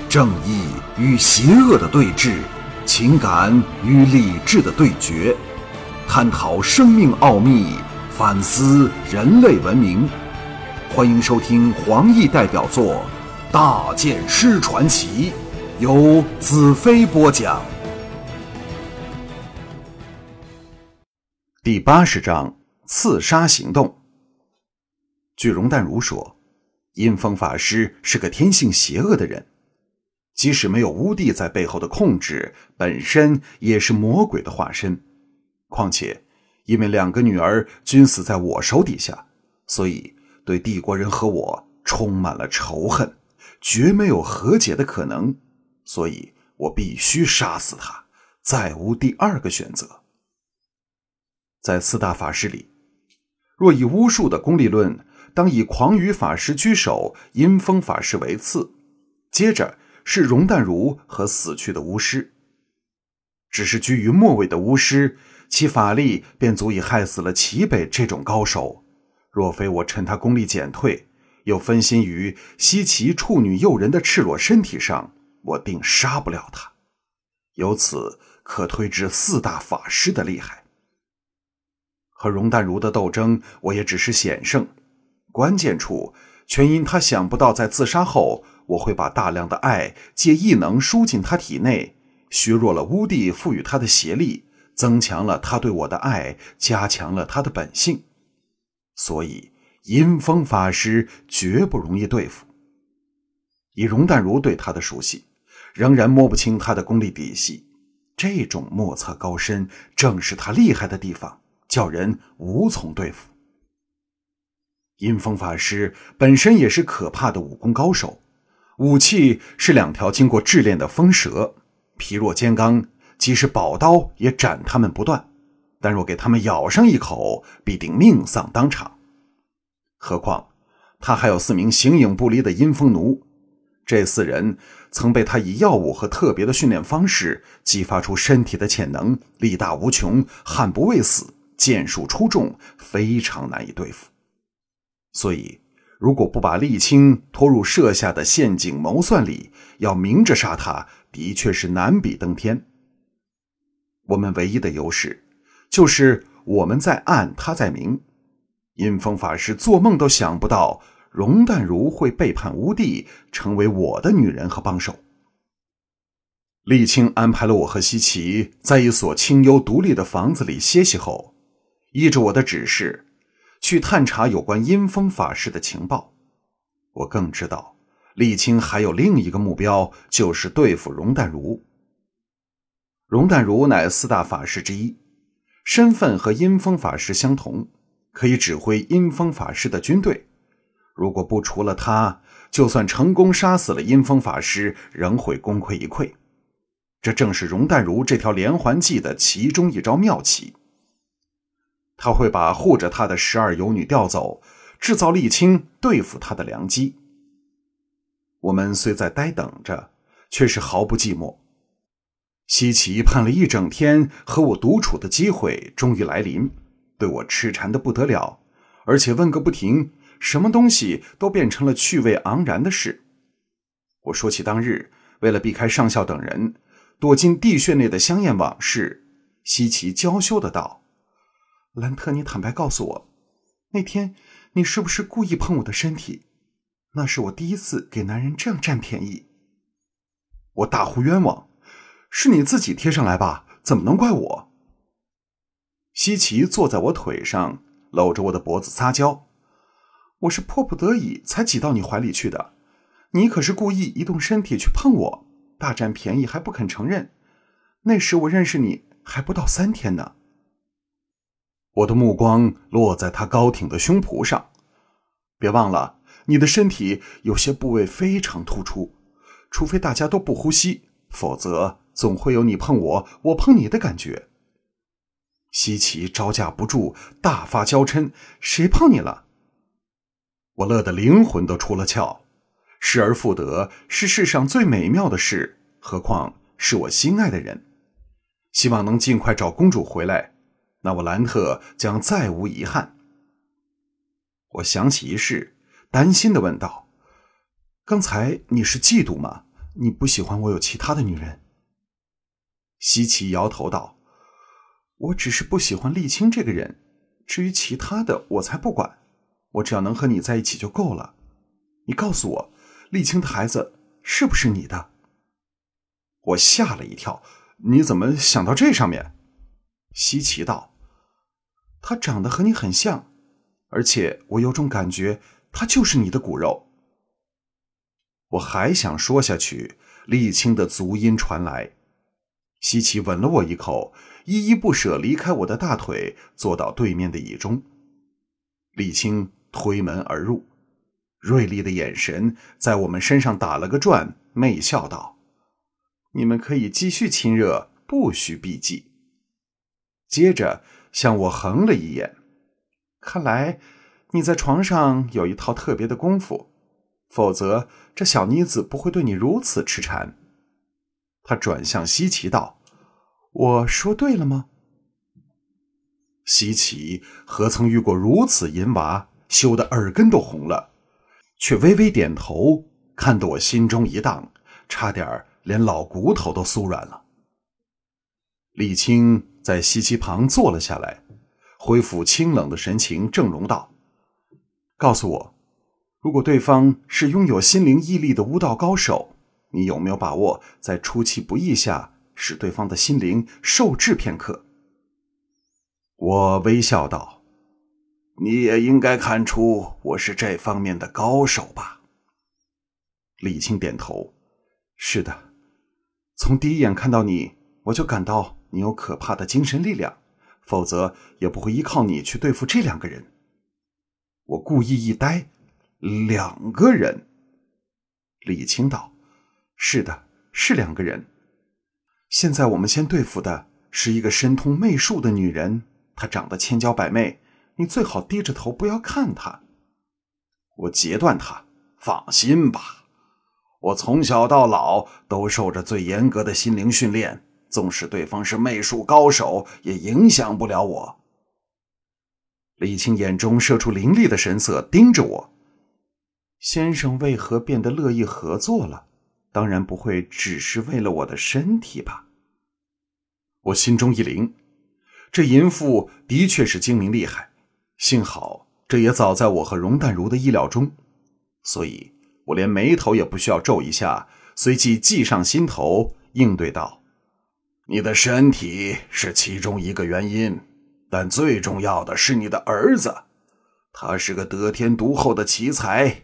正义与邪恶的对峙，情感与理智的对决，探讨生命奥秘，反思人类文明。欢迎收听黄奕代表作《大剑师传奇》，由子飞播讲。第80章刺杀行动。据容淡如说，阴风法师是个天性邪恶的人，即使没有乌帝在背后的控制，本身也是魔鬼的化身。况且因为2个女儿均死在我手底下，所以对帝国人和我充满了仇恨，绝没有和解的可能，所以我必须杀死他，再无第二个选择。在4大法师里，若以巫术的功利论，当以狂羽法师居首，阴风法师为次，接着是容淡如和死去的巫师。只是居于末位的巫师，其法力便足以害死了齐北这种高手，若非我趁他功力减退，又分心于西岐处女诱人的赤裸身体上，我定杀不了他。由此可推知4大法师的厉害。和容淡如的斗争，我也只是险胜，关键处全因他想不到在自杀后，我会把大量的爱借异能输进他体内，削弱了巫帝赋予他的邪力，增强了他对我的爱，加强了他的本性。所以阴风法师绝不容易对付。以容淡如对他的熟悉，仍然摸不清他的功力底细，这种莫测高深正是他厉害的地方，叫人无从对付。阴风法师本身也是可怕的武功高手，武器是2条经过冶炼的风蛇，皮若坚钢，即使宝刀也斩他们不断，但若给他们咬上一口，必定命丧当场。何况他还有4名形影不离的阴风奴，这4人曾被他以药物和特别的训练方式激发出身体的潜能，力大无穷，悍不畏死，剑术出众，非常难以对付。所以如果不把沥青拖入设下的陷阱谋算里，要明着杀他，的确是难比登天。我们唯一的优势就是我们在暗，他在明。阴风法师做梦都想不到容淡如会背叛巫帝，成为我的女人和帮手。沥青安排了我和西岐在一所清幽独立的房子里歇息后，依着我的指示去探查有关阴风法师的情报。我更知道沥青还有另一个目标，就是对付容淡如。容淡如乃4大法师之一，身份和阴风法师相同，可以指挥阴风法师的军队。如果不除了他，就算成功杀死了阴风法师，仍会功亏一篑。这正是容淡如这条连环计的其中一招妙棋。他会把护着他的12游女调走，制造沥青对付他的良机。我们虽在呆等着，却是毫不寂寞。西岐盼了一整天和我独处的机会终于来临，对我痴缠得不得了，而且问个不停，什么东西都变成了趣味盎然的事。我说起当日为了避开上校等人，躲进地穴内的香艳往事，西岐娇羞的道：兰特，你坦白告诉我，那天你是不是故意碰我的身体？那是我第一次给男人这样占便宜。我大呼冤枉，是你自己贴上来吧，怎么能怪我？西岐坐在我腿上，搂着我的脖子撒娇，我是迫不得已才挤到你怀里去的，你可是故意移动身体去碰我，大占便宜还不肯承认。那时我认识你还不到3天呢。我的目光落在他高挺的胸脯上，别忘了，你的身体有些部位非常突出，除非大家都不呼吸，否则总会有你碰我，我碰你的感觉。西岐招架不住，大发娇嗔，谁碰你了？我乐得灵魂都出了窍，失而复得是世上最美妙的事，何况是我心爱的人。希望能尽快找公主回来，那我兰特将再无遗憾。我想起一事，担心地问道：刚才你是嫉妒吗？ 你不喜欢我有其他的女人？西岐摇头道：我只是不喜欢沥青这个人，至于其他的我才不管，我只要能和你在一起就够了。你告诉我，沥青的孩子是不是你的？我吓了一跳，你怎么想到这上面？西岐道：他长得和你很像，而且我有种感觉他就是你的骨肉。我还想说下去，沥青的足音传来，西岐吻了我一口，依依不舍离开我的大腿，坐到对面的椅中。沥青推门而入，锐利的眼神在我们身上打了个转，媚笑道：你们可以继续亲热，不需避忌。接着向我横了一眼，看来你在床上有一套特别的功夫，否则这小妮子不会对你如此痴缠。他转向西岐道：我说对了吗？西岐何曾遇过如此淫娃，羞得耳根都红了，却微微点头，看得我心中一荡，差点连老骨头都酥软了。沥青在西岐旁坐了下来，恢复清冷的神情，正容道：告诉我，如果对方是拥有心灵毅力的巫道高手，你有没有把握在出其不意下使对方的心灵受制片刻？我微笑道：你也应该看出我是这方面的高手吧？沥青点头：是的，从第一眼看到你，我就感到你有可怕的精神力量，否则也不会依靠你去对付这两个人。我故意一呆，2个人？沥青道：是的，是2个人。现在我们先对付的是一个深通媚术的女人，她长得千娇百媚，你最好低着头不要看她。我截断她：放心吧，我从小到老都受着最严格的心灵训练，纵使对方是媚术高手，也影响不了我。沥青眼中射出凌厉的神色，盯着我：先生为何变得乐意合作了？当然不会只是为了我的身体吧？我心中一凛，这淫妇的确是精明厉害，幸好这也早在我和容淡如的意料中，所以我连眉头也不需要皱一下，随即计上心头，应对道：你的身体是其中一个原因，但最重要的是你的儿子，他是个得天独厚的奇才。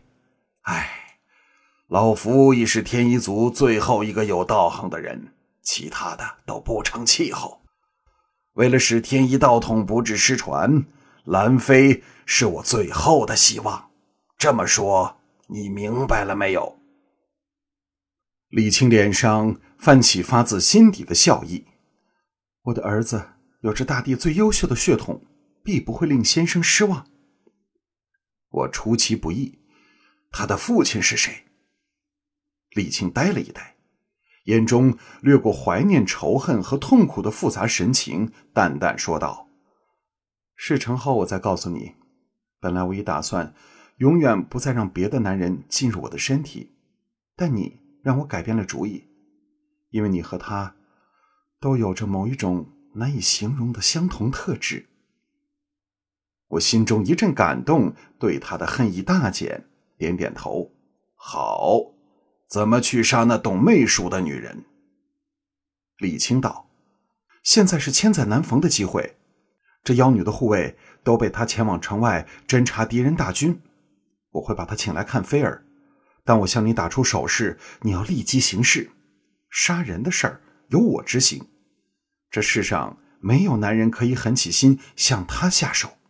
老夫已是天一族最后一个有道行的人，其他的都不成气候。为了使天一道统不致失传，兰妃是我最后的希望。这么说，你明白了没有？沥青脸上泛起发自心底的笑意。我的儿子有着大地最优秀的血统，必不会令先生失望。我出其不意：他的父亲是谁？沥青呆了一呆，眼中掠过怀念、仇恨和痛苦的复杂神情，淡淡说道：事成后我再告诉你，本来我已打算永远不再让别的男人进入我的身体，但你让我改变了主意，因为你和他都有着某一种难以形容的相同特质。我心中一阵感动，对他的恨意大减，点点头：好，怎么去杀那懂媚术的女人？沥青道：现在是千载难逢的机会，这妖女的护卫都被她前往城外侦察敌人大军，我会把她请来看菲儿，但我向你打出手势，你要立即行事，杀人的事儿由我执行，这世上没有男人可以狠起心向她下手。